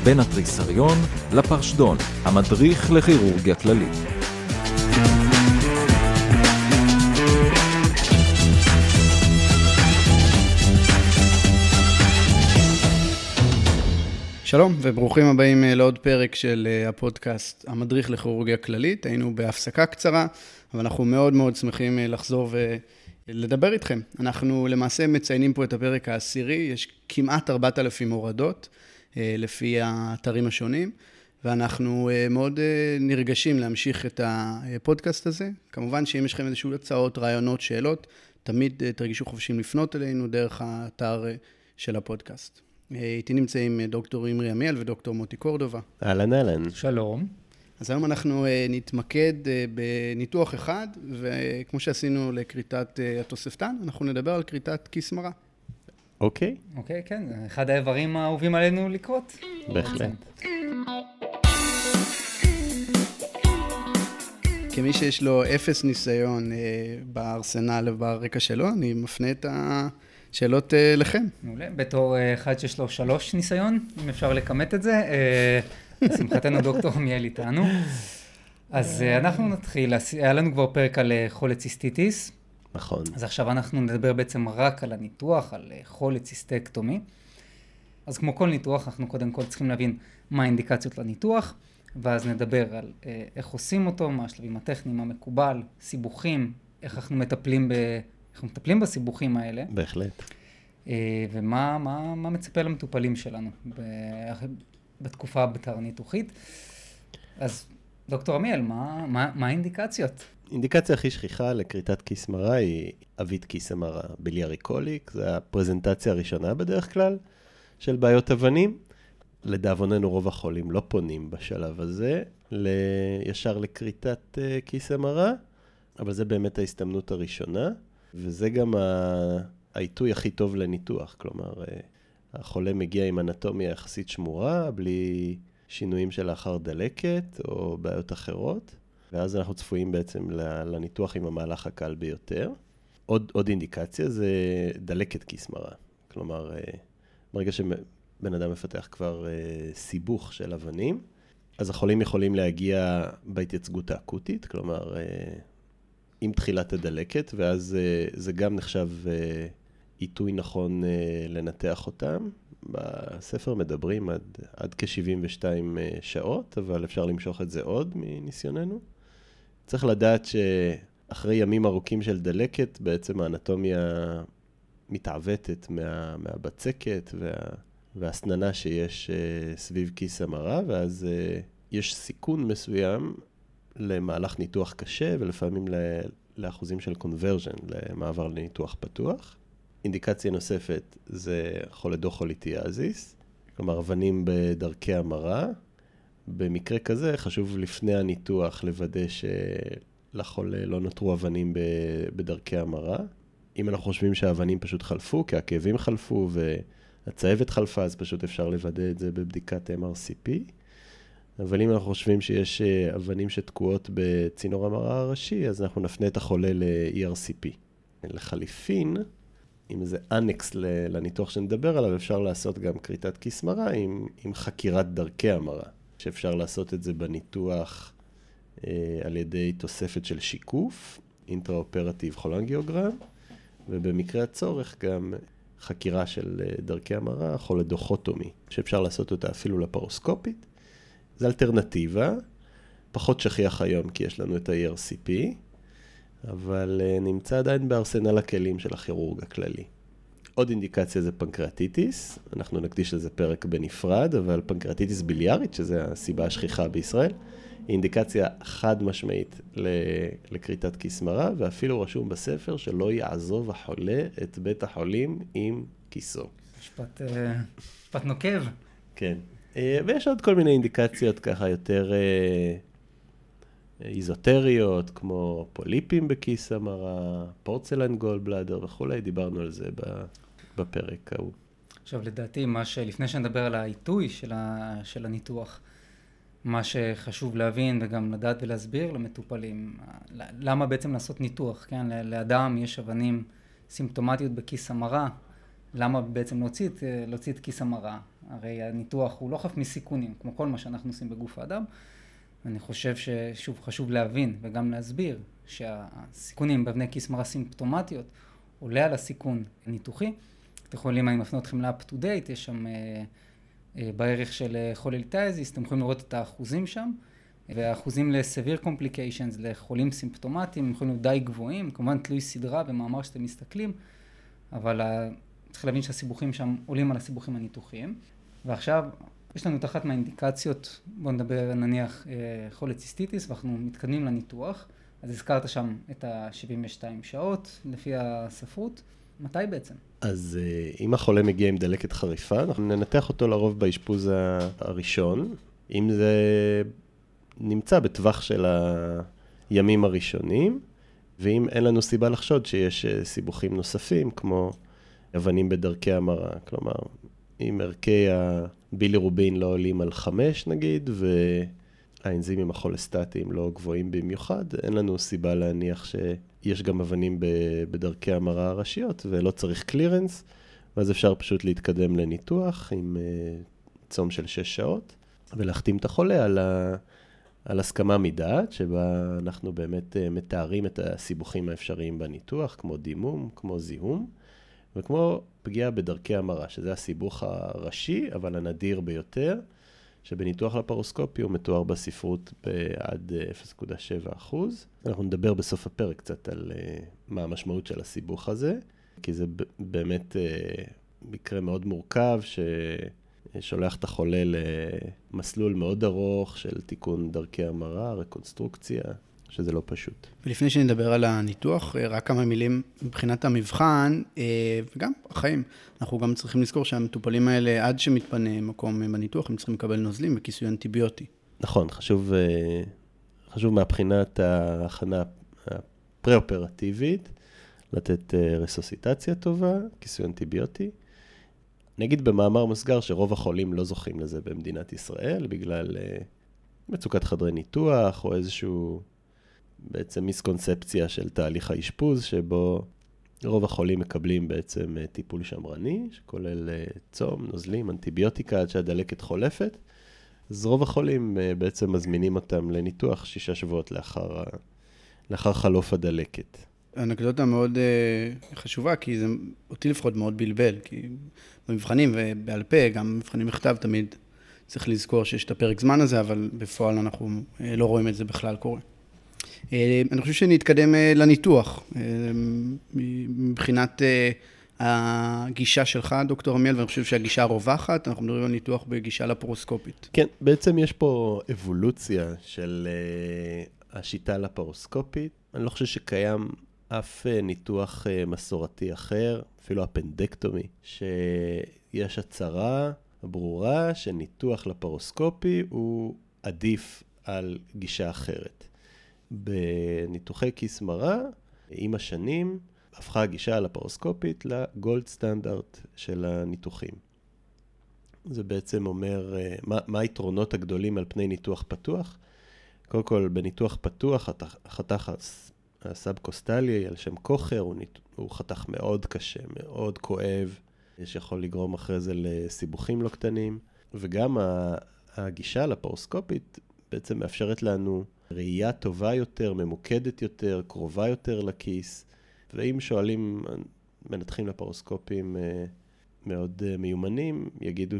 בין התריסריון לפרשדון, המדריך לכירורגיה כללית. שלום וברוכים הבאים לעוד פרק של הפודקאסט המדריך לכירורגיה כללית. היינו בהפסקה קצרה, אבל אנחנו מאוד מאוד שמחים לחזור ולדבר איתכם. אנחנו למעשה מציינים פה את הפרק העשירי, יש כמעט 4,000 הורדות לפי האתרים השונים, ואנחנו מאוד נרגשים להמשיך את הפודקאסט הזה. כמובן שאם יש לכם איזשהו הצעות, רעיונות, שאלות, תמיד תרגישו חופשיים לפנות אלינו דרך האתר של הפודקאסט. איתי נמצאים דוקטור אמרי עמיאל ודוקטור מוטי קורדובה. אהלן אהלן. שלום. אז היום אנחנו נתמקד בניתוח אחד, וכמו שעשינו לכריתת התוספתן, אנחנו נדבר על כריתת כיס מרה. אוקיי. אוקיי, כן, זה אחד האיברים האהובים עלינו לקרות. בהחלט. כמי שיש לו אפס ניסיון בארסנל וברקע שלו, אני מפנה את השאלות לכם. מעולה, בתור אחד שיש לו 3 ניסיון, אם אפשר לקמת את זה, לשמחתנו דוקטור עמיאל איתנו. אז אנחנו נתחיל, היה לנו כבר פרק על חולת ציסטיטיס. נכון. אז עכשיו אנחנו נדבר בעצם רק על הניתוח, על חולת ציסטקטומי. אז כמו כל ניתוח, אנחנו קודם כל צריכים להבין מה האינדיקציות לניתוח, ואז נדבר על איך עושים אותו, מה השלבים הטכניים, המקובל, סיבוכים, איך אנחנו מטפלים בסיבוכים האלה. בהחלט. ומה מצפה למטופלים שלנו בתקופה בתר-ניתוחית. אז דוקטור עמיאל, מה האינדיקציות? אינדיקציה הכי שכיחה לכריתת כיס מרה היא אבית כיס המרה ביליארי קוליק. זו הפרזנטציה הראשונה בדרך כלל של בעיות אבנים. לדאבוננו רוב החולים לא פונים בשלב הזה ישר לכריתת כיס המרה, אבל זה באמת ההסתמנות הראשונה, וזה גם העיתוי הכי טוב לניתוח. כלומר, החולה מגיע עם אנטומיה יחסית שמורה, בלי שינויים שלאחר דלקת או בעיות אחרות, ואז אנחנו צפויים בעצם לניתוח עם המהלך הקל ביותר. עוד אינדיקציה זה דלקת כיס מרה. כלומר, ברגע שבן אדם מפתח כבר סיבוך של אבנים, אז החולים יכולים להגיע בהתייצגות האקוטית, כלומר, עם תחילת הדלקת, ואז זה גם נחשב עיתוי נכון לנתח אותם. בספר מדברים עד כ-72 שעות, אבל אפשר למשוך את זה עוד מניסיוננו. צריך לדעת שאחרי ימים ארוכים של דלקת, בעצם האנטומיה מתעוותת מהבצקת והסננה שיש סביב כיס המרה, ואז יש סיכון מסוים למהלך ניתוח קשה, ולפעמים לאחוזים של קונברז'ן, למעבר לניתוח פתוח. אינדיקציה נוספת זה חולדוכוליטיאזיס, כלומר אבנים בדרכי המרה. במקרה כזה חשוב לפני הניתוח לוודא שלחולה לא נותרו אבנים בדרכי המרה. אם אנחנו חושבים שהאבנים פשוט חלפו, כי הכאבים חלפו והצהבת חלפה, אז פשוט אפשר לוודא את זה בבדיקת MRCP. אבל אם אנחנו חושבים שיש אבנים שתקועות בצינור המרה הראשי, אז אנחנו נפנה את החולה ל-ERCP. לחליפין, אם זה אנקס לניתוח שנדבר עליו, אפשר לעשות גם כריתת כיס מרה עם חקירת דרכי המרה, שאפשר לעשות את זה בניתוח על ידי תוספת של שיקוף, אינטראופרטיב חולנגיוגרם, ובמקרה הצורך גם חקירה של דרכי המרה, חולדוכוטומי, שאפשר לעשות אותה אפילו לפרוסקופית. זו אלטרנטיבה, פחות שכיח היום כי יש לנו את ה-ERCP, אבל נמצא עדיין בארסנל הכלים של הכירורג הכללי. עוד אינדיקציה זה פנקרטיטיס, אנחנו נקדיש לזה פרק בנפרד, אבל פנקרטיטיס ביליארית, שזה הסיבה השכיחה בישראל, היא אינדיקציה חד משמעית לכריתת כיס מרה, ואפילו רשום בספר שלא יעזוב החולה את בית החולים עם כיסו. משפט נוקב. כן. ויש עוד כל מיני אינדיקציות ככה יותר איזוטריות, כמו פוליפים בכיס המרה, פורצלן גולדבלדר וכולי, דיברנו על זה בפרק ההוא. עכשיו לדעתי, לפני שנדבר על העיתוי של הניתוח, מה שחשוב להבין וגם לדעת ולהסביר למטופלים, למה בעצם לעשות ניתוח, כן? לאדם יש אבנים סימפטומטיות בכיס המרה, למה בעצם להוציא את כיס המראה? הרי הניתוח הוא לא חף מסיכונים, כמו כל מה שאנחנו עושים בגוף האדם. אני חושב ששוב חשוב להבין וגם להסביר שהסיכונים באבני כיס מראה סימפטומטיות עולה על הסיכון הניתוחי. אתם יכולים, אני מפנה אתכם לאפ טו דייט, יש שם בערך של חוליטיזיס, אתם יכולים לראות את האחוזים שם, והאחוזים ל-severe complications, לחולים סימפטומטיים, הם יכולים להיות די גבוהים, כמובן תלוי סדרה במאמר שאתם מסתכלים, אבל צריך להבין שהסיבוכים שם עולים על הסיבוכים הניתוחיים. ועכשיו, יש לנו את אחת מהאינדיקציות, בואו נדבר נניח חוליציסטיטיס, ואנחנו מתקדמים לניתוח. אז הזכרת שם את ה-72 שעות, לפי הספרות. מתי בעצם? אז אם החולה מגיע עם דלקת חריפה, אנחנו ננתח אותו לרוב באשפוז הראשון. אם זה נמצא בטווח של הימים הראשונים, ואם אין לנו סיבה לחשוד שיש סיבוכים נוספים, כמו אבנים בדרכי המרה. כלומר, אם ערכי הבילירובין לא עולים על 5 נגיד, והאנזימים הכולסטטיים לא גבוהים במיוחד, אין לנו סיבה להניח שיש גם אבנים בדרכי המרה הראשיות, ולא צריך קלירנס, ואז אפשר פשוט להתקדם לניתוח עם צום של 6 שעות, ולהחתים את החולה על הסכמה מדעת, שבה אנחנו באמת מתארים את הסיבוכים האפשריים בניתוח, כמו דימום, כמו זיהום, וכמו פגיעה בדרכי המרה, שזה הסיבוך הראשי, אבל הנדיר ביותר, שבניתוח לפרוסקופי הוא מתואר בספרות בעד 0.7%. אנחנו נדבר בסוף הפרק קצת על מה המשמעות של הסיבוך הזה, כי זה באמת מקרה מאוד מורכב, ששולח את החולה למסלול מאוד ארוך של תיקון דרכי המרה, רקונסטרוקציה, שזה לא פשוט. ולפני שנדבר על הניתוח, רק כמה מילים מבחינת המבחן, וגם החיים. אנחנו גם צריכים לזכור שהמטופלים האלה, עד שמתפנה מקום בניתוח, הם צריכים לקבל נוזלים וכיסוי אנטיביוטי. נכון, חשוב מהבחינת ההכנה הפרה-אופרטיבית, לתת רסוסיטציה טובה, כיסוי אנטיביוטי. נגיד במאמר מוסגר שרוב החולים לא זוכים לזה במדינת ישראל, בגלל מצוקת חדרי ניתוח, או איזשהו בעצם מיסקונספציה של תהליך האשפוז, שבו רוב החולים מקבלים בעצם טיפול שמרני, שכולל צום, נוזלים, אנטיביוטיקה עד שהדלקת חולפת. אז רוב החולים בעצם מזמינים אותם לניתוח 6 שבועות לאחר חלוף הדלקת. האנקדוטה מאוד חשובה, כי זה אותי לפחות מאוד בלבל, כי במבחנים ובעל פה, גם במבחנים בכתב תמיד צריך לזכור שיש את הפרק זמן הזה, אבל בפועל אנחנו לא רואים את זה בכלל קורה. אני חושב שנתקדם לניתוח, מבחינת הגישה שלך, דוקטור עמיאל, ואני חושב שהגישה הרווחת, אנחנו מדברים על ניתוח בגישה לפרוסקופית. כן, בעצם יש פה אבולוציה של השיטה לפרוסקופית. אני לא חושב שקיים אף ניתוח מסורתי אחר, אפילו הפנדקטומי, שיש הצהרה ברורה שניתוח לפרוסקופי הוא עדיף על גישה אחרת. בניתוחי כיס מרה, עם השנים, הפכה הגישה לפרוסקופית לגולד סטנדרט של הניתוחים. זה בעצם אומר מה היתרונות הגדולים על פני ניתוח פתוח. קודם כל, בניתוח פתוח, החתך הסאבקוסטלי על שם כוחר, הוא חתך מאוד קשה, מאוד כואב, שיכול לגרום אחרי זה לסיבוכים לא קטנים, וגם הגישה לפרוסקופית בעצם מאפשרת לנו ראייה טובה יותר, ממוקדת יותר, קרובה יותר לכיס, ואם שואלים מנתחים לפרוסקופים מאוד מיומנים, יגידו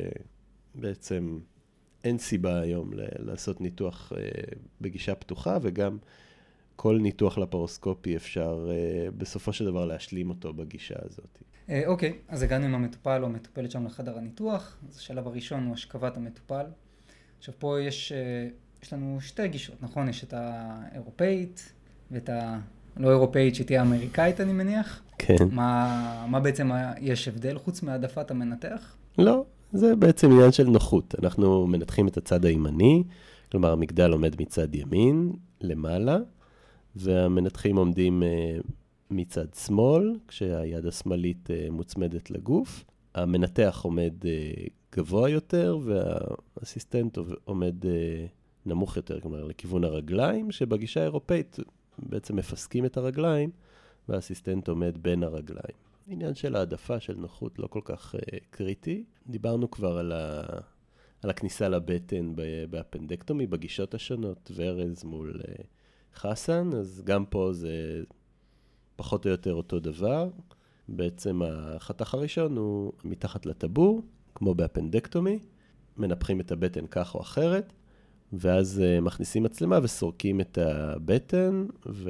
שבעצם אין סיבה היום לעשות ניתוח בגישה פתוחה, וגם כל ניתוח לפרוסקופי אפשר בסופו של דבר להשלים אותו בגישה הזאת. אוקיי, אז הגענו עם המטופל או המטופלת שם לחדר הניתוח, אז השלב הראשון הוא השכבת המטופל. עכשיו פה יש לנו 2 גישות, נכון? יש את האירופאית ואת הלא אירופאית שתהיה אמריקאית, אני מניח. כן. מה בעצם יש הבדל חוץ מהעדפת המנתח? לא, זה בעצם עניין של נוחות. אנחנו מנתחים את הצד הימני, כלומר המגדל עומד מצד ימין למעלה, והמנתחים עומדים מצד שמאל, כשהיד השמאלית מוצמדת לגוף. המנתח עומד גבוה יותר, והאסיסטנט עומד נמוך יותר, כלומר לכיוון הרגליים, שבגישה האירופאית בעצם מפסקים את הרגליים, והאסיסטנט עומד בין הרגליים. עניין של העדפה, של נוחות, לא כל כך קריטי. דיברנו כבר על הכניסה לבטן באפנדקטומי, בגישות השונות, ורז מול חסן, אז גם פה זה פחות או יותר אותו דבר. בעצם החתך הראשון הוא מתחת לטבור, כמו באפנדקטומי, מנפחים את הבטן כך או אחרת, ואז מכניסים מצלמה וסורקים את הבטן,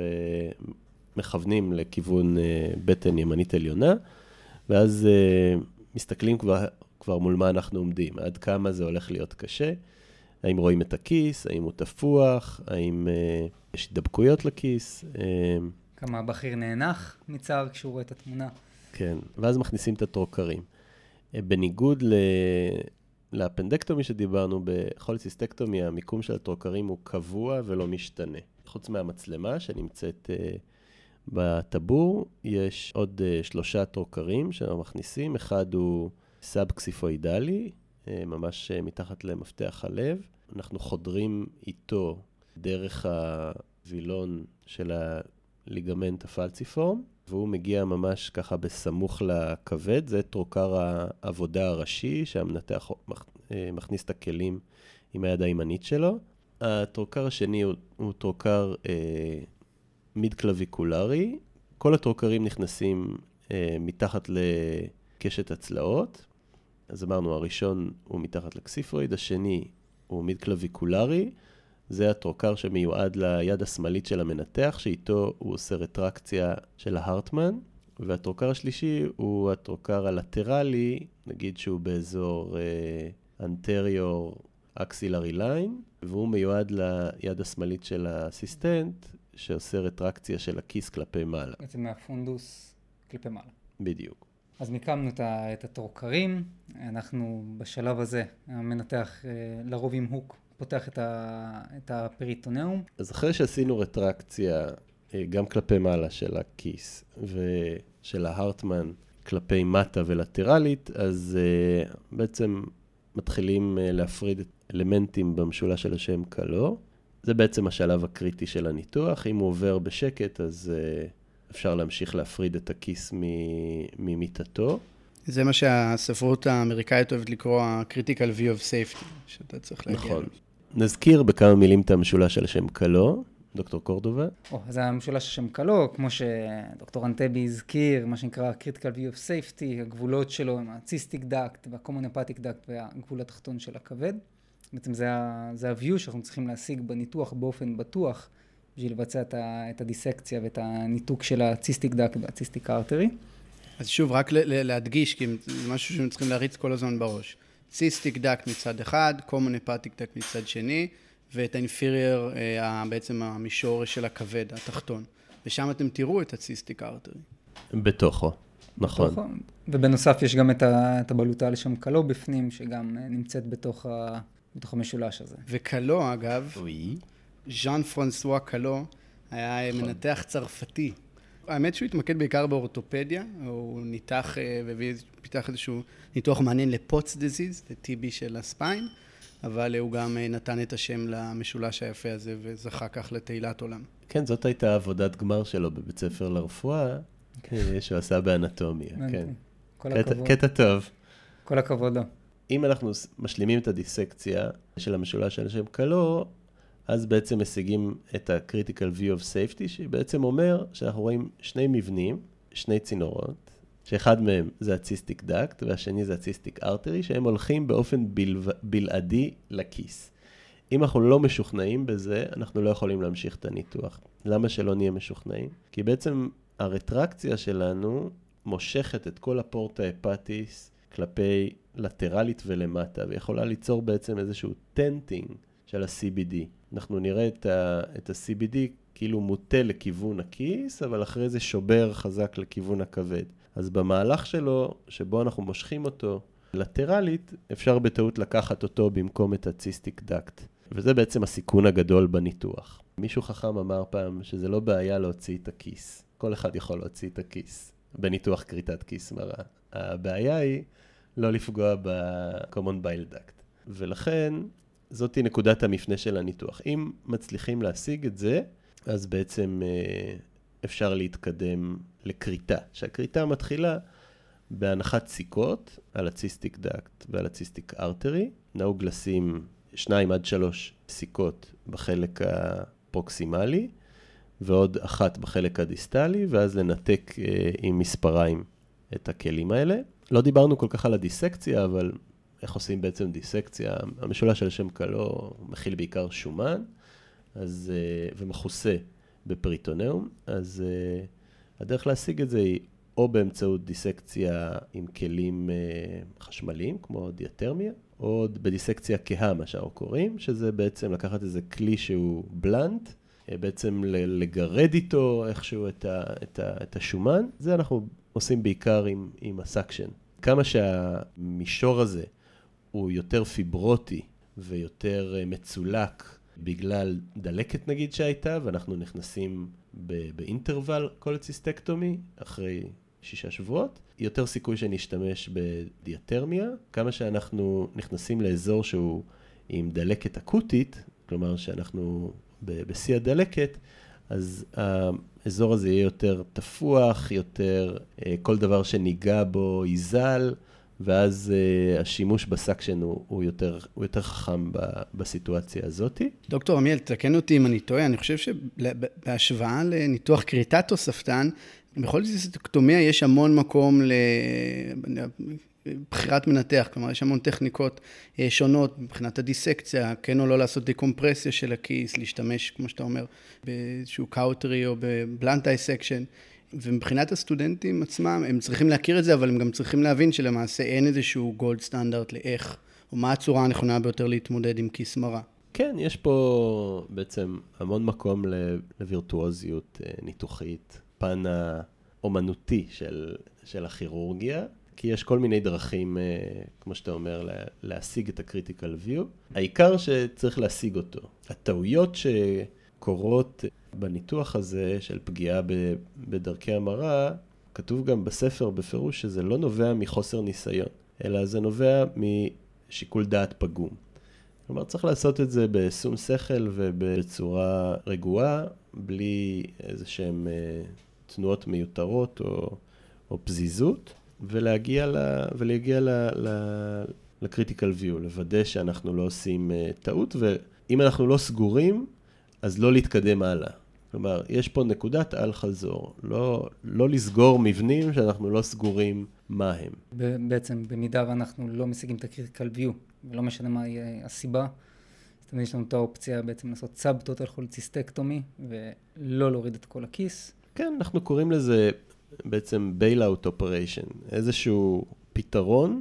ומכוונים לכיוון בטן ימנית עליונה, ואז מסתכלים כבר מול מה אנחנו עומדים, עד כמה זה הולך להיות קשה, האם רואים את הכיס, האם הוא תפוח, האם יש דבקויות לכיס. כמה הבחיר נאנח מצער כשהוא רואה את התמונה. כן, ואז מכניסים את הטרוקרים. בניגוד לאפנדקטומי שדיברנו, בכוליציסטקטומי המיקום של הטרוקרים הוא קבוע ולא משתנה. חוץ מהמצלמה שנמצאת בטבור, יש עוד 3 טרוקרים שאנחנו מכניסים. אחד הוא סאב-קסיפואידלי, ממש מתחת למפתח הלב. אנחנו חודרים איתו דרך הווילון של הליגמנט הפלציפורם, והוא מגיע ממש ככה בסמוך לכבד. זה טרוקר העבודה הראשי, שהמנתח מכניס את הכלים עם היד הימנית שלו. הטרוקר השני הוא טרוקר מיד קלביקולרי. כל הטרוקרים נכנסים מתחת לקשת הצלעות. אז אמרנו, הראשון הוא מתחת לקסיפרואיד, השני הוא מיד קלביקולרי. זה הטרוקר שמיועד ליד השמאלית של המנתח, שאיתו הוא עושה רטרקציה של ההרטמן, והטרוקר השלישי הוא הטרוקר הלטרלי, נגיד שהוא באזור anterior axillary line, והוא מיועד ליד השמאלית של האסיסטנט, שעושה רטרקציה של הכיס כלפי מעלה. בעצם מהפונדוס כלפי מעלה. בדיוק. אז מיקמנו את הטרוקרים, אנחנו בשלב הזה, המנתח לרוב עם הוק, פותח את הפריטונאום. אז אחרי שעשינו רטרקציה גם כלפי מעלה של הכיס ושל ההרטמן כלפי מטה ולטרלית, אז בעצם מתחילים להפריד אלמנטים במשולש של השם קלו. זה בעצם השלב הקריטי של הניתוח. אם הוא עובר בשקט, אז אפשר להמשיך להפריד את הכיס ממיטתו. זה מה שהספרות האמריקאית אוהבת לקרוא ה-critical view of safety, שאתה צריך להגיע. נכון. נזכיר בכמה מילים את המשולש של השם קלו, דוקטור קורדובה. זה המשולש השם קלו, כמו שדוקטור אנטבי הזכיר, מה שנקרא critical view of safety, הגבולות שלו עם הציסטיק דאקט והקומון הפטיק דאקט והגבול התחתון של הכבד. בעצם זה ה-view שאנחנו צריכים להשיג בניתוח באופן בטוח, בשביל לבצע את הדיסקציה ואת הניתוק של הציסטיק דאקט והציסטיק ארטרי. אז שוב, רק להדגיש, כי זה משהו שהם צריכים להריץ כל הזמן בראש. ציסטיק דאקט מצד אחד, קומון הפטיק דאקט מצד שני, ואת האינפירייר, בעצם המישור של הכבד, התחתון. ושם אתם תראו את הציסטיק ארטרי. בתוכו, נכון. ובנוסף יש גם את הבלוטה לשם קלו בפנים, שגם נמצאת בתוך המשולש הזה. וקלו, אגב, ז'אן פרנסואה קלו, היה מנתח צרפתי. האמת שהוא התמקד בעיקר באורתופדיה, הוא ניתח ופיתח איזשהו ניתוח מעניין לפוץ דיזיז, ל-TB של הספיין, אבל הוא גם נתן את השם למשולש היפה הזה וזכה כך לתהילת עולם. כן, זאת הייתה עבודת גמר שלו בבית ספר לרפואה, שהוא עשה באנטומיה, כן. קטע טוב. כל הכבוד לו. אם אנחנו משלימים את הדיסקציה של המשולש של השם קלו, אז בעצם משיגים את ה-critical view of safety, שבעצם אומר שאנחנו רואים שני מבנים, שני צינורות, שאחד מהם זה הציסטיק דאקט, והשני זה הציסטיק ארטרי, שהם הולכים באופן בלעדי לכיס. אם אנחנו לא משוכנעים בזה, אנחנו לא יכולים להמשיך את הניתוח. למה שלא נהיה משוכנעים? כי בעצם הרטרקציה שלנו מושכת את כל הפורטה הפטיס כלפי לטרלית ולמטה, ויכולה ליצור בעצם איזשהו טנטינג של ה-CBD. אנחנו נראה את ה-CBD כאילו מוטה לכיוון הכיס, אבל אחרי זה שובר חזק לכיוון הכבד. אז במהלך שלו, שבו אנחנו מושכים אותו לטרלית, אפשר בטעות לקחת אותו במקום את הציסטיק דאקט. וזה בעצם הסיכון הגדול בניתוח. מישהו חכם אמר פעם שזה לא בעיה להוציא את הכיס. כל אחד יכול להוציא את הכיס בניתוח כריתת כיס מרה. הבעיה היא לא לפגוע ב-common bile duct. ולכן זאת היא נקודת המפנה של הניתוח. אם מצליחים להשיג את זה, אז בעצם אפשר להתקדם לקריטה, שהקריטה מתחילה בהנחת סיכות על הציסטיק דקט ועל הציסטיק ארטרי. נהוג לשים 2 עד 3 סיכות בחלק הפרוקסימלי, ועוד 1 בחלק הדיסטלי, ואז לנתק עם מספריים את הכלים האלה. לא דיברנו כל כך על הדיסקציה, אבל איך עושים בעצם דיסקציה? המשולש על שם קלו מכיל בעיקר שומן, ומכוסה בפריטונאום, אז הדרך להשיג את זה היא או באמצעות דיסקציה עם כלים חשמליים, כמו דיאטרמיה, או בדיסקציה כהה, מה שאנחנו קוראים, שזה בעצם לקחת איזה כלי שהוא בלנט, בעצם לגרד איתו איכשהו את השומן. זה אנחנו עושים בעיקר עם הסקשן. כמה שהמישור הזה הוא יותר פיברוטי ויותר מצולק בגלל דלקת נגיד שהייתה, ואנחנו נכנסים באינטרוול קולציסטקטומי אחרי 6 שבועות, יותר סיכוי שנשתמש בדיאטרמיה. כמה שאנחנו נכנסים לאזור שהוא עם דלקת אקוטית, כלומר שאנחנו בשיא הדלקת, אז האזור הזה יהיה יותר תפוח, יותר כל דבר שניגע בו ייזל, ואז השימוש בסקשן הוא יותר חכם בסיטואציה הזאת. דוקטור עמיאל, תקן אותי אם אני טועה, אני חושב שבהשוואה לניתוח כריתת תוספתן, בכל דיסקטומיה יש המון מקום לבחירת מנתח, כלומר יש המון טכניקות שונות מבחינת הדיסקציה, כן או לא לעשות דקומפרסיה של הכיס, להשתמש, כמו שאתה אומר, באיזשהו קאוטרי או בבלנט דיסקשן, ומבחינת הסטודנטים עצמם, הם צריכים להכיר את זה, אבל הם גם צריכים להבין שלמעשה אין איזשהו גולד סטנדרט לאיך, או מה הצורה הנכונה ביותר להתמודד עם כיס מרה. כן, יש פה בעצם המון מקום לווירטואוזיות ניתוחית, פן האומנותי של הכירורגיה, כי יש כל מיני דרכים, כמו שאתה אומר, להשיג את הקריטיקל ויו. העיקר שצריך להשיג אותו. הטעויות שקורות בניתוח הזה של פגיעה בדרכי המרה, כתוב גם בספר בפירוש שזה לא נובע מחוסר ניסיון, אלא זה נובע משיקול דעת פגום. כלומר, צריך לעשות את זה בשום שכל ובצורה רגועה, בלי איזשהם תנועות מיותרות או פזיזות, ולהגיע לקריטיקל ויו, לוודא שאנחנו לא עושים טעות, ואם אנחנו לא סגורים, אז לא להתקדם הלאה. כלומר, יש פה נקודת על חזור, לא לסגור מבנים שאנחנו לא סגורים מה הם. בעצם, במידה ואנחנו לא משיגים את הקריטיקל ויו, ולא משנה מה הסיבה, אז תמיד יש לנו את האופציה בעצם לעשות סאב-טוטל קולציסטקטומי, ולא להוריד את כל הכיס. כן, אנחנו קוראים לזה בעצם בייל-אוט אופריישן, איזשהו פתרון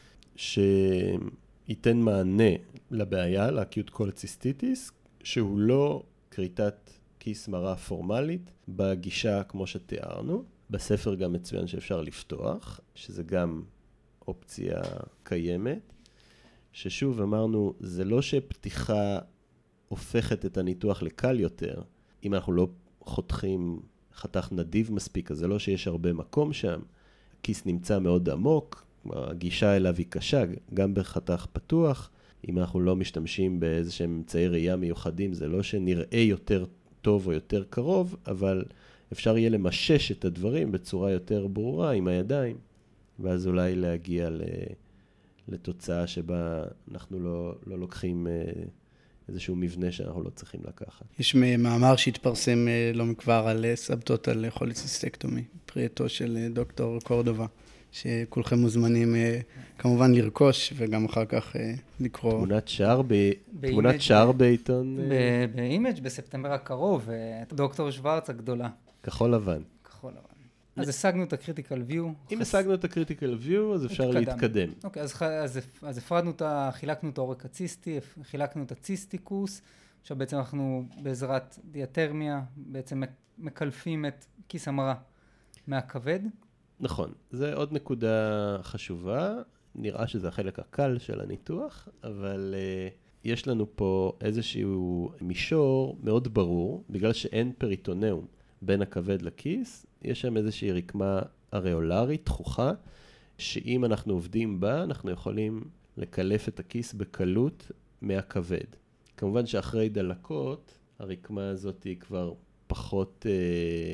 שייתן מענה לבעיה, לאקיוט קולציסטיטיס, שהוא לא כריתת כיס מרה פורמלית, בגישה כמו שתיארנו. בספר גם מצוין שאפשר לפתוח, שזה גם אופציה קיימת, ששוב אמרנו, זה לא שפתיחה הופכת את הניתוח לקל יותר, אם אנחנו לא חותכים חתך נדיב מספיק, אז זה לא שיש הרבה מקום שם, הכיס נמצא מאוד עמוק, הגישה אליו היא קשה, גם בחתך פתוח, אם אנחנו לא משתמשים באיזשהם אמצעי ראייה מיוחדים, זה לא שנראה יותר טוב או יותר קרוב, אבל אפשר יהיה למשש את הדברים בצורה יותר ברורה עם הידיים, ואז אולי להגיע לתוצאה שבה אנחנו לא לוקחים איזשהו מבנה שאנחנו לא צריכים לקחת. יש מאמר שהתפרסם לא מכבר על סאב-טוטל קולציסטקטומי, פרי עטו של דוקטור קורדובה, שכולכם מוזמנים כמובן לרכוש וגם אחר כך לקרוא. תמונת שער בעיתון. באימג' בספטמבר הקרוב, דוקטור שוורץ הגדולה. כחול לבן. כחול לבן. אז השגנו את הקריטיקל ויו. אם השגנו את הקריטיקל ויו, אז אפשר להתקדם. אוקיי, אז חילקנו את העורק הציסטי, חילקנו את הציסטיקוס, עכשיו בעצם אנחנו בעזרת דיאטרמיה, בעצם מקלפים את כיס המרה מהכבד. נכון, זה עוד נקודה חשובה, נראה שזה החלק הקל של הניתוח, אבל יש לנו פה איזשהו מישור מאוד ברור, בגלל שאין פריטונאום בין הכבד לכיס, יש שם איזושהי רקמה אריאולרית, תחוכה, שאם אנחנו עובדים בה, אנחנו יכולים לקלף את הכיס בקלות מהכבד. כמובן שאחרי דלקות, הרקמה הזאת היא כבר פחות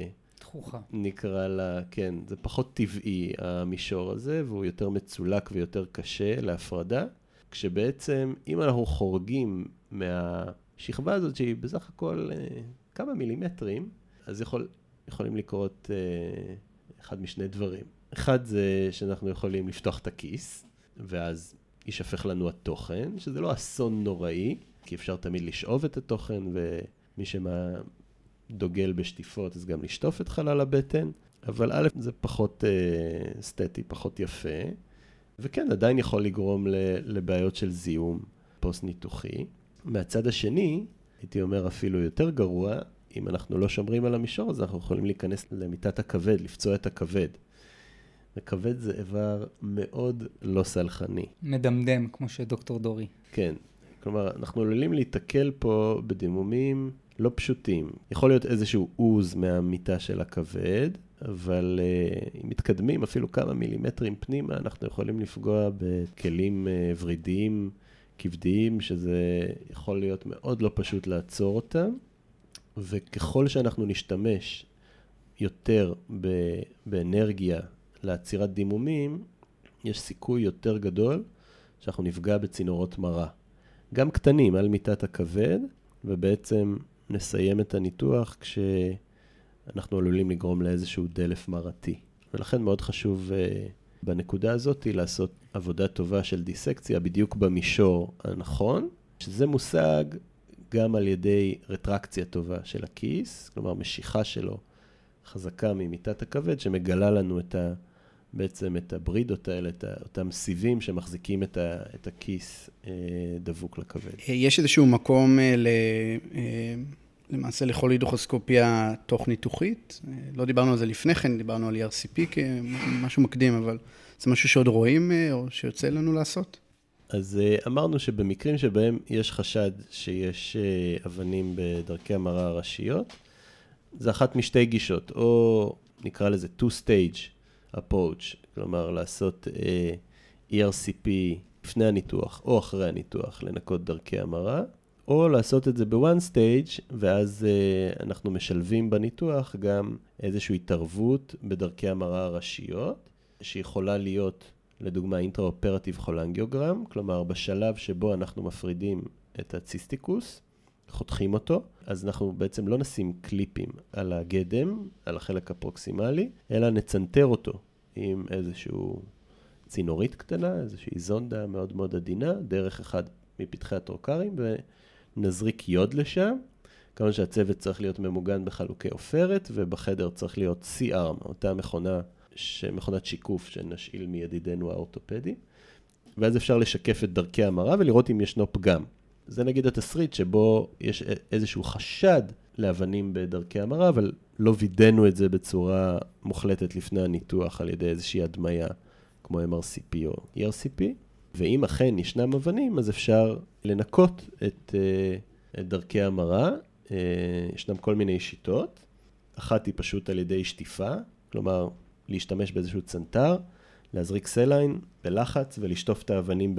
שכוחה. נקרא לה, כן, זה פחות טבעי המישור הזה, והוא יותר מצולק ויותר קשה להפרדה, כשבעצם אם אנחנו חורגים מהשכבה הזאת, שהיא בסך הכל כמה מילימטרים, אז יכולים לקרות אחד משני דברים. אחד זה שאנחנו יכולים לפתוח את הכיס, ואז יישפך לנו התוכן, שזה לא אסון נוראי, כי אפשר תמיד לשאוב את התוכן, ומי דוגל בשטיפות, אז גם לשטוף את חלל הבטן, אבל א', זה פחות אסתטי, פחות יפה, וכן, עדיין יכול לגרום לבעיות של זיהום פוסט-ניתוחי. מהצד השני, הייתי אומר אפילו יותר גרוע, אם אנחנו לא שומרים על המישור, אז אנחנו יכולים להיכנס למיטת הכבד, לפצוע את הכבד. וכבד זה איבר מאוד לא סלחני. מדמדם, כמו שדוקטור דורי. כן, כלומר, אנחנו עלולים להתקל פה בדימומים לא פשוטים. יכול להיות איזשהו עוז מהמיטה של הכבד, אבל אם מתקדמים אפילו כמה מילימטרים פנימה, אנחנו יכולים לפגוע בכלים ורידיים, כבדיים, שזה יכול להיות מאוד לא פשוט לעצור אותם. וככל שאנחנו נשתמש יותר באנרגיה לעצירת דימומים, יש סיכוי יותר גדול שאנחנו נפגע בצינורות מרה. גם קטנים על מיטת הכבד, ובעצם נסיים את הניתוח כשאנחנו עלולים לגרום לאיזשהו דלף מרתי. ולכן מאוד חשוב בנקודה הזאת לעשות עבודה טובה של דיסקציה בדיוק במישור הנכון, שזה מושג גם על ידי רטרקציה טובה של הכיס, כלומר משיכה שלו חזקה ממיטת הכבד, שמגלה לנו בעצם את הברידות האלה, אותם סיבים שמחזיקים את הכיס דבוק לכבד. יש איזשהו מקום למעשה לכל הידרוסקופיה תוך ניתוחית? לא דיברנו על זה לפני כן, דיברנו על ERCP כמשהו מקדים, אבל זה משהו שעוד רואים או שיוצא לנו לעשות? אז אמרנו שבמקרים שבהם יש חשד שיש אבנים בדרכי המרה הראשיות, זה אחת משתי גישות, או נקרא לזה two-stage approach, כלומר לעשות ERCP לפני הניתוח או אחרי הניתוח, לנקות דרכי המרה, או לעשות את זה ב-one stage, ואז אנחנו משלבים בניתוח גם איזושהי התערבות בדרכי המרה הראשיות, שיכולה להיות לדוגמה אינטראופרטיב חולנגיוגרם, כלומר בשלב שבו אנחנו מפרידים את הציסטיקוס, חותכים אותו, אז אנחנו בעצם לא נשים קליפים על הגדם, על החלק הפרוקסימלי, אלא נצנתר אותו עם איזשהו צינורית קטנה, איזושהי זונדה מאוד מאוד עדינה, דרך אחד מפתחי הטרוקרים, ונזריק יוד לשם, כמובן שהצוות צריך להיות ממוגן בחלוקי עופרת, ובחדר צריך להיות C-arm, אותה מכונת שיקוף שנשאיל מידידנו האורתופדי, ואז אפשר לשקף את דרכי המרה ולראות אם ישנו פגם. זה נגיד התסריט שבו יש איזשהו חשד לאבנים בדרכי המרה, אבל לא וידאנו את זה בצורה מוחלטת לפני הניתוח על ידי איזושהי הדמיה, כמו MRCP או ERCP, ואם אכן ישנם אבנים, אז אפשר לנקות את דרכי המרה. ישנם כל מיני שיטות. אחת היא פשוט על ידי שטיפה, כלומר, להשתמש באיזשהו צנטר, להזריק סליין בלחץ ולשטוף את האבנים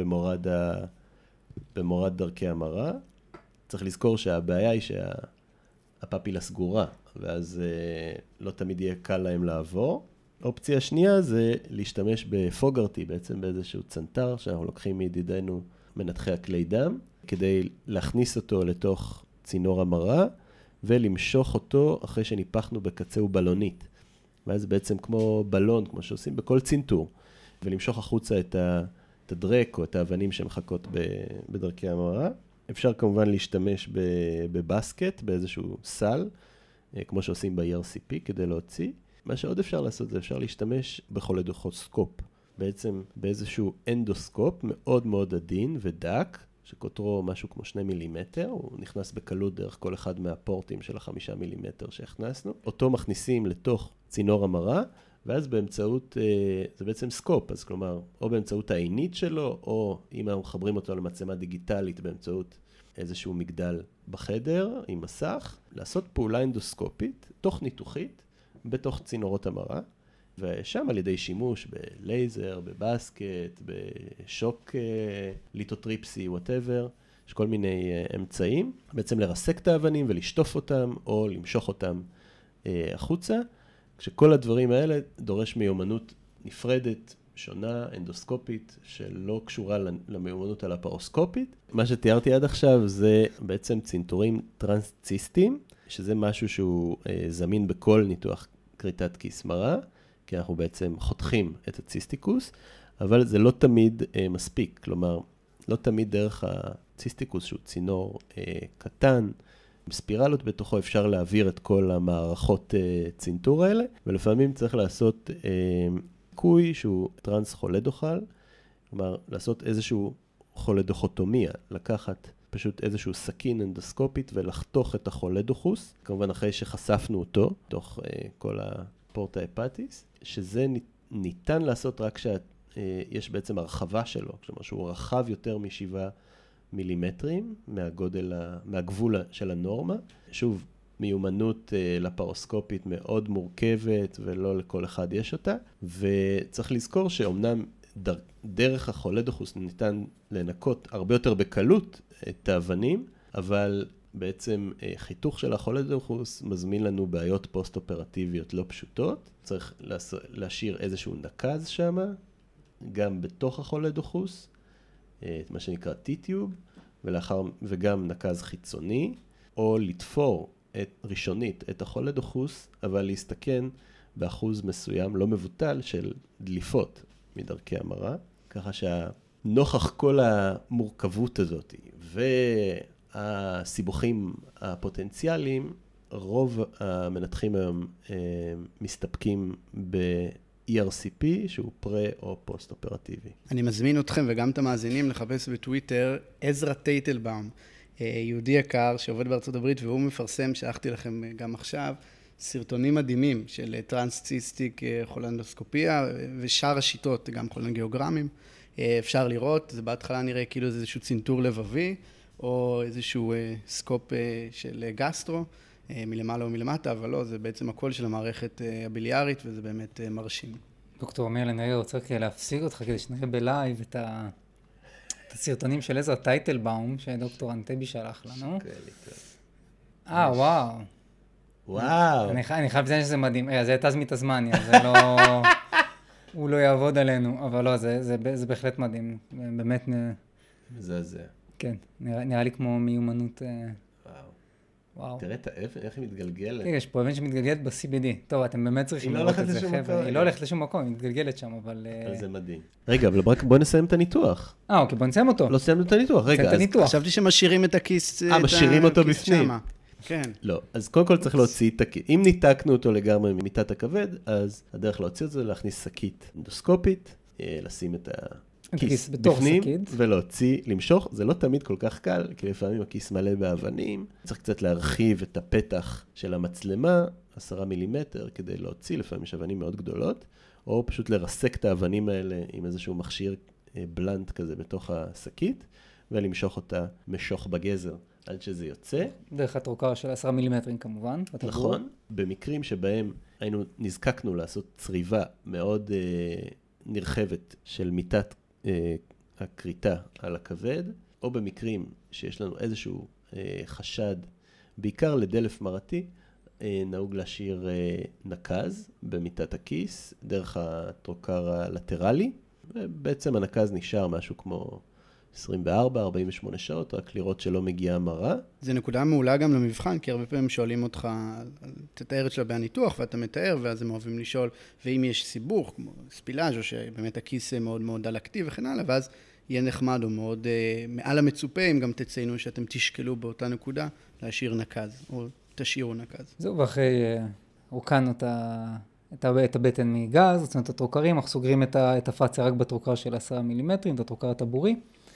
במורד דרכי המרה. צריך לזכור שהבעיה היא שהפפילה סגורה, ואז לא תמיד יהיה קל להם לעבור. אופציה שנייה זה להשתמש בפוגרטי, בעצם באיזשהו צנטר שאנחנו לוקחים מידידנו מנתחי הכלי דם, כדי להכניס אותו לתוך צינור המרה, ולמשוך אותו אחרי שניפחנו בקצהו בלונית. ואז בעצם כמו בלון, כמו שעושים בכל צינטור, ולמשוך החוצה את הדרק או את האבנים שמחכות בדרכי המרה. אפשר כמובן להשתמש בבסקט, באיזשהו סל, כמו שעושים ב-ERCP כדי להוציא. מה שעוד אפשר לעשות זה אפשר להשתמש בכולדוכוסקופ, בעצם באיזשהו אנדוסקופ מאוד מאוד עדין ודק, שקוטרו משהו כמו 2 מילימטר, הוא נכנס בקלות דרך כל אחד מהפורטים של 5 מילימטר שהכנסנו. אותו מכניסים לתוך צינור המרה, ואז באמצעות, זה בעצם סקופ, אז כלומר, או באמצעות העינית שלו, או אם אנחנו מחברים אותו למצלמה דיגיטלית באמצעות איזשהו מגדל בחדר עם מסך, לעשות פעולה אנדוסקופית, תוך ניתוחית, בתוך צינורות המרה, ושם על ידי שימוש בלייזר, בבסקט, בשוק ליטוטריפסי, whatever, יש כל מיני אמצעים, בעצם לרסק את האבנים ולשטוף אותם, או למשוך אותם החוצה, כשכל הדברים האלה דורש מיומנות נפרדת, שונה, אנדוסקופית, שלא קשורה למיומנות הלפרוסקופית. מה שתיארתי עד עכשיו זה בעצם צנתורים טרנסציסטיים, שזה משהו שהוא זמין בכל ניתוח כריתת כיס מרה, כי אנחנו בעצם חותכים את הציסטיקוס, אבל זה לא תמיד מספיק, כלומר, לא תמיד דרך הציסטיקוס, שהוא צינור קטן, בספירלות בתוכו אפשר להעביר את כל המערכות צנתור האלה, ולפעמים צריך לעשות ניקוי שהוא טרנס חולדוכל, כלומר, לעשות איזשהו חולדוכוטומיה, לקחת פשוט איזשהו סכין אנדוסקופית ולחתוך את החולדוכוס, כמובן אחרי שחשפנו אותו, תוך כל הפורטה הפטיס, שזה ניתן לעשות רק שיש בעצם הרחבה שלו, כלומר שהוא רחב יותר מ7 מילימטרים מהגבול של הנורמה. שוב, מיומנות לפרוסקופית מאוד מורכבת ולא לכל אחד יש אותה, וצריך לזכור שאומנם דרך החולדוכוס ניתן לנקות הרבה יותר בקלות את האבנים, אבל בעצם חיתוך של החולדוכוס מזמין לנו בעיות פוסט-אופרטיביות לא פשוטות. צריך להשאיר איזשהו נקז שם, גם בתוך החולדוכוס, את מה שנקרא T-טיוב, וגם נקז חיצוני, או לתפור ראשונית את החולדוכוס, אבל להסתכן באחוז מסוים לא מבוטל של דליפות מדרכי המרה, ככה שנוכח כל המורכבות הזאת והסיבוכים הפוטנציאליים, רוב המנתחים היום מסתפקים ב-ERCP, שהוא פרה או פוסט אופרטיבי. אני מזמין אתכם וגם את המאזינים לחפש בטוויטר עזרא טייטלבאום, יהודי יקר שעובד בארצות הברית, והוא מפרסם, שלחתי לכם גם עכשיו, סרטונים מדהימים של טרנסציסטיק חולנדוסקופיה ושאר השיטות, גם חולנגיאוגרמים. אפשר לראות, זה בהתחלה נראה כאילו זה איזשהו צנתור לבבי, או איזשהו סקופ של גסטרו, מלמעלה או מלמטה, אבל לא, זה בעצם הכל של המערכת הביליארית, וזה באמת מרשים. דוקטור אמיר, אני רוצה להפסיק אותך כדי שנראה בלייב את הסרטונים של עזרא טייטלבאום, שדוקטור אנטבי שלח לנו. וואו. וואו. אני חייב לציין שזה מדהים. זה תזמי תזמניה, זה לא... הוא לא יעבוד עלינו, אבל לא, זה בהחלט מדהים. באמת... מזעזע. כן, נראה לי כמו מיומנות... וואו. תראה את האבן, איך היא מתגלגלת. יש פה אבן שמתגלגלת ב-CBD. טוב, אתם באמת צריכים לראות את זה, חבר'ה. היא לא הולכת לשום מקום, היא מתגלגלת שם, אבל... זה מדהים. רגע, אבל בוא נסיים את הניתוח. אוקיי, בוא נסיים אותו. לא סיימנו את הניתוח, רגע. חשבתי שמשאירים את הכיס... משאירים אותו בפנים. כן. לא, אז קודם כל צריך להוציא את הכיס. אם ניתקנו אותו לגמרי ממיטת הכבד, אז הדרך להוציא את זה, להכניס שקית אנדוסקופית, לשים את הכיס בפנים, ולהוציא, למשוך. זה לא תמיד כל כך קל, כי לפעמים הכיס מלא באבנים. צריך קצת להרחיב את הפתח של המצלמה, 10 מילימטר, כדי להוציא, לפעמים יש אבנים מאוד גדולות, או פשוט לרסק את האבנים האלה עם איזשהו מכשיר בלנט כזה בתוך השקית, ולמשוך אותה משוך בגזר עד שזה יוצא. דרך התרוקה של 10 מילימטרים כמובן. נכון. במקרים שבהם נזקקנו לעשות צריבה מאוד נרחבת של מיטת הכריתה על הכבד, או במקרים שיש לנו איזשהו חשד, בעיקר לדלף מרתי, נהוג להשאיר נקז במיטת הכיס, דרך התרוקר הלטרלי, ובעצם הנקז נשאר משהו כמו 24-48 שעות, רק לראות שלא מגיעה מרה. זה נקודה מעולה גם למבחן, כי הרבה פעמים שואלים אותך, תתאר את שלבי הניתוח, ואתה מתאר, ואז הם אוהבים לשאול, ואם יש סיבוך, כמו ספילאז' או שבאמת הכיס מאוד מאוד דלקתי וכן הלאה, ואז יהיה נחמד או מאוד מעל המצופה, אם גם תציינו שאתם תשקלו באותה נקודה, להשאיר נקז, או תשאירו נקז. זהו, ואחרי רוקנו את הבטן מגז, זאת אומרת, את הטרוקרים, אנחנו סוגרים את הפאציה רק בטרוקר של 10 מילימטרים, את הטרוקר הטבורי.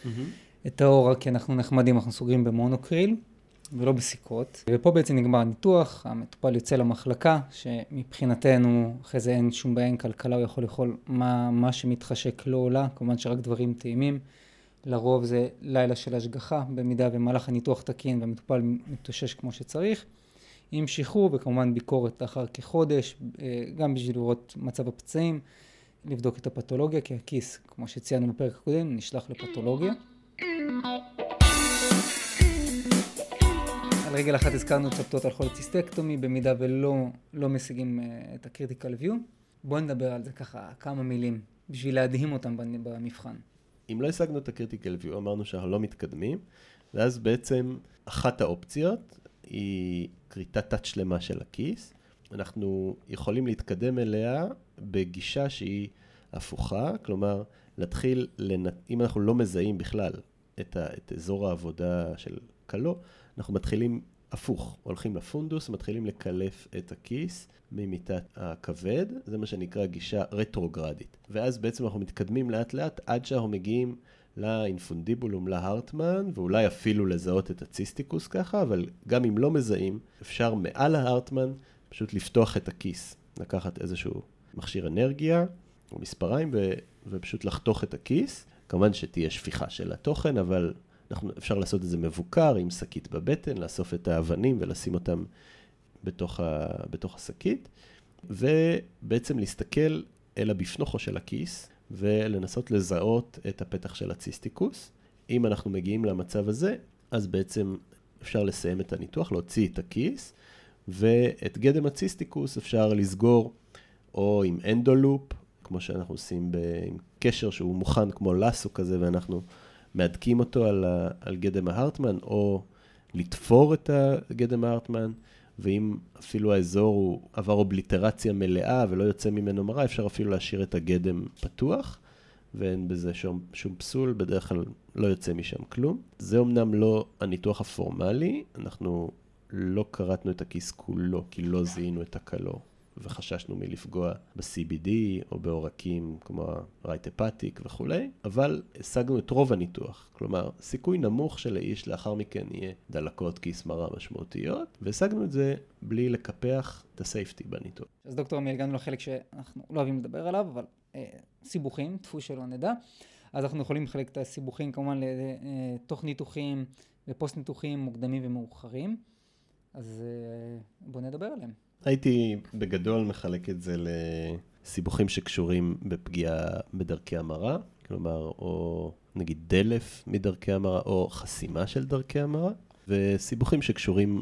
את האור, כי אנחנו נחמדים, אנחנו סוגרים במונוקריל, ולא בסיכות. ופה בעצם נגמר הניתוח, המטופל יוצא למחלקה, שמבחינתנו, אחרי זה אין שום בעיה, אין כלכלה, הוא יכול לאכול מה שמתחשק לא עולה, כמובן שרק דברים טעימים. לרוב זה לילה של השגחה, במידה ומהלך הניתוח תקין, והמטופל מתאושש כמו שצריך. עם שחרור, וכמובן ביקורת לאחר כחודש, גם בשביל לראות מצב הפצעים, לבדוק את הפתולוגיה, כי הכיס, כמו שציינו בפרק הקודם, נשלח לפתולוגיה. על רגל אחת הזכרנו צפטות על חולציסטקטומי, במידה ולא משיגים את הקריטיקל ויו. בואו נדבר על זה ככה כמה מילים, בשביל להדהים אותם במבחן. אם לא השגנו את הקריטיקל ויו, אמרנו שאנחנו לא מתקדמים, ואז בעצם אחת האופציות היא כריתת תת שלמה של הכיס. אנחנו יכולים להתקדם אליה בגישה שהיא הפוכה, כלומר, להתחיל, אם אנחנו לא מזהים בכלל את אזור העבודה של קלו, אנחנו מתחילים הפוך, הולכים לפונדוס, מתחילים לקלף את הכיס ממיטת הכבד, זה מה שנקרא גישה רטרוגרדית. ואז בעצם אנחנו מתקדמים לאט לאט עד שאנחנו מגיעים לאינפונדיבולום, להרטמן, ואולי אפילו לזהות את הציסטיקוס ככה, אבל גם אם לא מזהים, אפשר מעל ההרטמן פשוט לפתוח את הכיס, לקחת איזשהו מכשיר אנרגיה או מספריים ופשוט לחתוך את הכיס. כמובן שתהיה שפיכה של התוכן, אבל אפשר לעשות את זה מבוקר עם שקית בבטן, לאסוף את האבנים ולשים אותם בתוך השקית, ובעצם להסתכל אל הבפנוכו של הכיס, ולנסות לזהות את הפתח של הציסטיקוס. אם אנחנו מגיעים למצב הזה, אז בעצם אפשר לסיים את הניתוח, להוציא את הכיס, ואת גדם הציסטיקוס אפשר לסגור או עם אנדולופ, כמו שאנחנו עושים עם קשר שהוא מוכן כמו לסו כזה, ואנחנו מעדקים אותו על גדם ההרטמן, או לתפור את הגדם ההרטמן, ואם אפילו האזור הוא עבר אובליטרציה מלאה ולא יוצא ממנו מראה, אפשר אפילו להשאיר את הגדם פתוח, ואין בזה שום פסול, בדרך כלל לא יוצא משם כלום. זה אמנם לא הניתוח הפורמלי, אנחנו לא קרתנו את הכיס כולו, כי לא זיהינו את הקלו, וחששנו מלפגוע ב-CBD או בעורקים כמו הרייט הפטיק וכו', אבל השגנו את רוב הניתוח. כלומר, סיכוי נמוך שלאיש לאחר מכן יהיה דלקות כיס מרה משמעותיות, והשגנו את זה בלי לקפח את הסייפטי בניתוח. אז דוקטור עמיאל, הגענו לחלק שאנחנו לא אוהבים לדבר עליו, אבל סיבוכים, דפוס שלא נדע. אז אנחנו יכולים לחלק את הסיבוכים כמובן לתוך ניתוחים ופוסט ניתוחים מוקדמים ומאוחרים. אז בואו נדבר עליהם. הייתי בגדול מחלק את זה לסיבוכים שקשורים בפגיעה בדרכי המרה, כלומר, או נגיד דלף מדרכי המרה, או חסימה של דרכי המרה, וסיבוכים שקשורים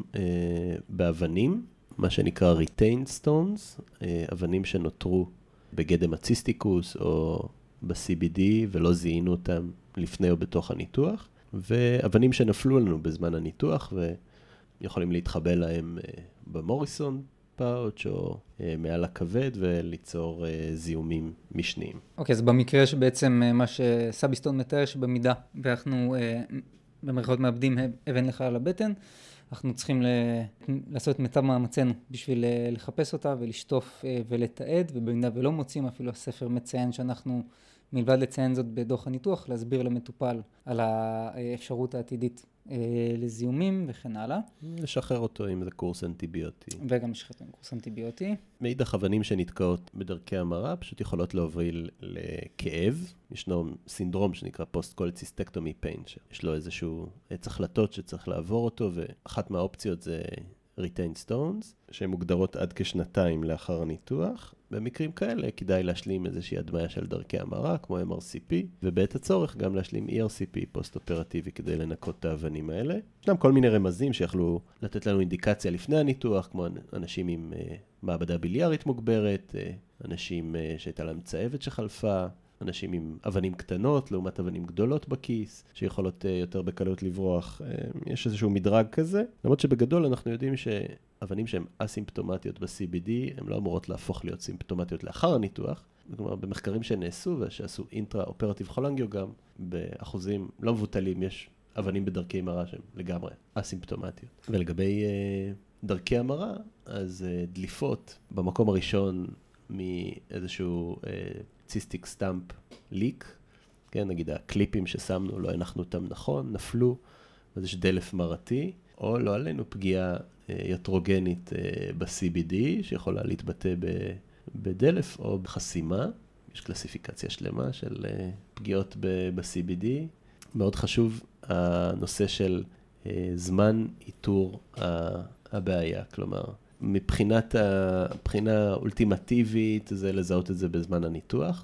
באבנים, מה שנקרא retained stones, אבנים שנותרו בגדם הציסטיקוס או ב-CBD ולא זיהינו אותם לפני או בתוך הניתוח, ואבנים שנפלו לנו בזמן הניתוח ויכולים להתחבא להם במוריסון פאוץ' או מעל הכבד וליצור זיהומים משניים. אוקיי, אז במקרה שבעצם מה שסביסטון מתאר, שבמידה ואנחנו במרכאות מאבדים אבן לך על הבטן, אנחנו צריכים לעשות את מיטב מאמצנו בשביל לחפש אותה ולשטוף ולתעד, ובמידה ולא מוצאים, אפילו הספר מציין שאנחנו מלבד לציין זאת בדוח הניתוח, להסביר למטופל על האפשרות העתידית לזיהומים וכן הלאה. לשחרר אותו עם זה קורס אנטיביוטי. וגם לשחרר אותו עם קורס אנטיביוטי. מאידך אבנים שנתקעות בדרכי המרה פשוט יכולות להוביל לכאב. ישנו סינדרום שנקרא פוסט-קולציסטקטומי פיין, שיש לו איזשהו עץ החלטות שצריך לעבור אותו, ואחת מהאופציות זה retained stones, שהן מוגדרות עד כשנתיים לאחר הניתוח. במקרים כאלה כדאי להשלים איזושהי הדמיה של דרכי המרה, כמו MRCP, ובעת הצורך גם להשלים ERCP פוסט-אופרטיבי כדי לנקות את האבנים האלה. ישנם כל מיני רמזים שיכלו לתת לנו אינדיקציה לפני הניתוח, כמו אנשים עם מעבדה ביליארית מוגברת, אנשים שהייתה להם צהבת שחלפה, אנשים עם אבנים קטנות לעומת אבנים גדולות בכיס, שיכולות יותר בקלות לברוח. יש איזשהו מדרג כזה. למרות שבגדול אנחנו יודעים שאבנים שהן אסימפטומטיות ב-CBD, הן לא אמורות להפוך להיות סימפטומטיות לאחר הניתוח. כלומר, במחקרים שנעשו ושעשו אינטרה-אופרטיב חולנגיוגרם, באחוזים לא מבוטלים יש אבנים בדרכי מרה שהן לגמרי אסימפטומטיות. ולגבי דרכי המרה, אז דליפות במקום הראשון מאיזשהו ציסטיק סטאמפ ליק, כן, נגיד הקליפים ששמנו, לא הנחנו אותם נכון, נפלו, אז יש דלף מרתי, או לא עלינו פגיעה יטרוגנית ב-CBD, שיכולה להתבטא בדלף או בחסימה. יש קלסיפיקציה שלמה של פגיעות ב-CBD. מאוד חשוב הנושא של זמן איתור הבעיה, כלומר, מבחינה אולטימטיבית זה לזהות את זה בזמן הניתוח.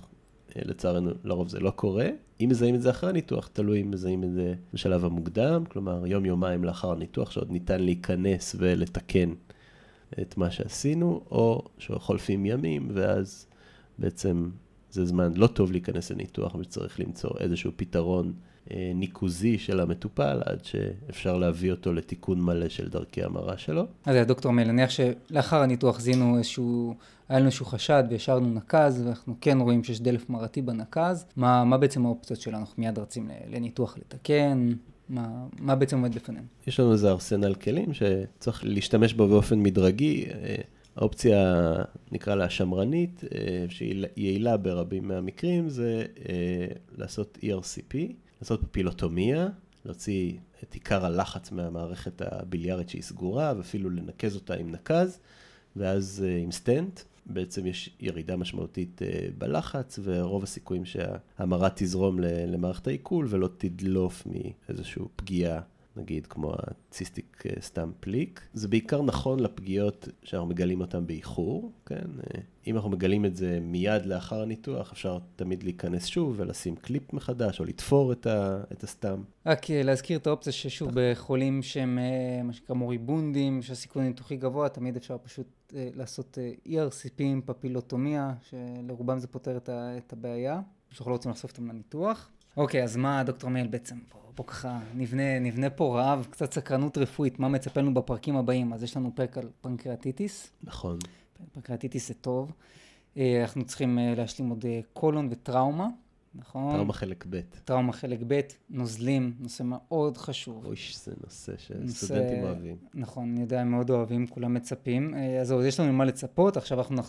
לצערנו, לרוב זה לא קורה. אם מזהים את זה אחרי הניתוח, תלוי אם מזהים את זה בשלב המוקדם, כלומר, יום-יומיים לאחר הניתוח, שעוד ניתן להיכנס ולתקן את מה שעשינו, או שחולפים ימים, ואז בעצם זה זמן לא טוב להיכנס לניתוח, וצריך למצוא איזשהו פתרון ניקוזי של המטופל, עד שאפשר להביא אותו לתיקון מלא של דרכי המרה שלו. אז דוקטור מייל, נניח שלאחר הניתוח זינו היה לנו איזשהו חשד והשארנו נקז, ואנחנו כן רואים שיש דלף מרתי בנקז. מה בעצם האופציות שלנו? אנחנו מיד רצים לניתוח לתקן? מה בעצם עומד בפנינו? יש לנו איזה ארסנל כלים שצריך להשתמש בו באופן מדרגי. האופציה, נקרא לה שמרנית, שהיא יעילה ברבים מהמקרים, זה לעשות ERCP, לעשות פפילוטומיה, להוציא את עיקר הלחץ מהמערכת הביליארית שהיא סגורה, ואפילו לנקז אותה עם נקז, ואז עם סטנט. בעצם יש ירידה משמעותית בלחץ, ורוב הסיכויים שההמרה תזרום למערכת העיכול, ולא תדלוף מאיזושהי פגיעה, נגיד כמו הציסטיק סתם פליק. זה בעיקר נכון לפגיעות שאנחנו מגלים אותן באיחור, כן? אם אנחנו מגלים את זה מיד לאחר הניתוח, אפשר תמיד להיכנס שוב ולשים קליפ מחדש, או לתפור את הסתם. רק להזכיר את האופציה ששוב בחולים שהם מה שנקרא מוריבונדים, שהסיכון ניתוחי גבוה, תמיד אפשר פשוט לעשות ERCP עם פפילוטומיה, שלרובם זה פותר את הבעיה, שאנחנו לא רוצים לחשוף אותם לניתוח. אוקיי, אז מה דוקטור מייל בעצם? בוא ככה נבנה פה רעב, קצת סקרנות רפואית, מה מצפה לנו בפרקים הבאים? אז יש לנו פרק על פנקרטיטיס. נכון. פנקרטיטיס זה טוב. אנחנו צריכים להשלים עוד קולון וטראומה, נכון? טראומה חלק ב'. טראומה חלק ב', נוזלים, נושא מאוד חשוב. אוי, זה נושא שסטודנטים אוהבים. נכון, אני יודע, הם מאוד אוהבים, כולם מצפים. אז יש לנו מה לצפות, עכשיו אנחנו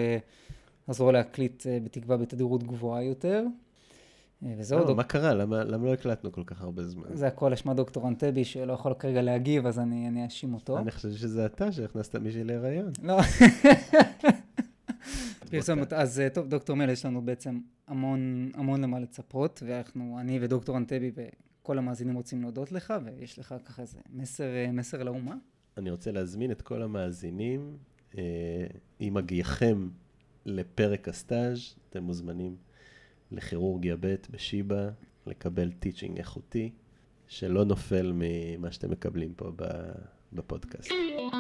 נחזור להקליט בתקווה בתדירות גבוהה יותר. וזהו, מה קרה? למה לא הקלטנו כל כך הרבה זמן? זה הכל אשמה דוקטור אנטבי שלא יכול כרגע להגיב, אז אני אשים אותו. אני חושב שזה אתה שהכנסת מישהי להיריון. לא. פרסומת. אז טוב, דוקטור מייל, יש לנו בעצם המון למה לצפות, אני ודוקטור אנטבי וכל המאזינים רוצים להודות לך, ויש לך ככה איזה מסר לאומה. אני רוצה להזמין את כל המאזינים, אם מגיעכם לפרק הסטאז', אתם מוזמנים לכירורגיה ב' בשיבא, לקבל טיצ'ינג איכותי, שלא נופל ממה שאתם מקבלים פה בפודקאסט.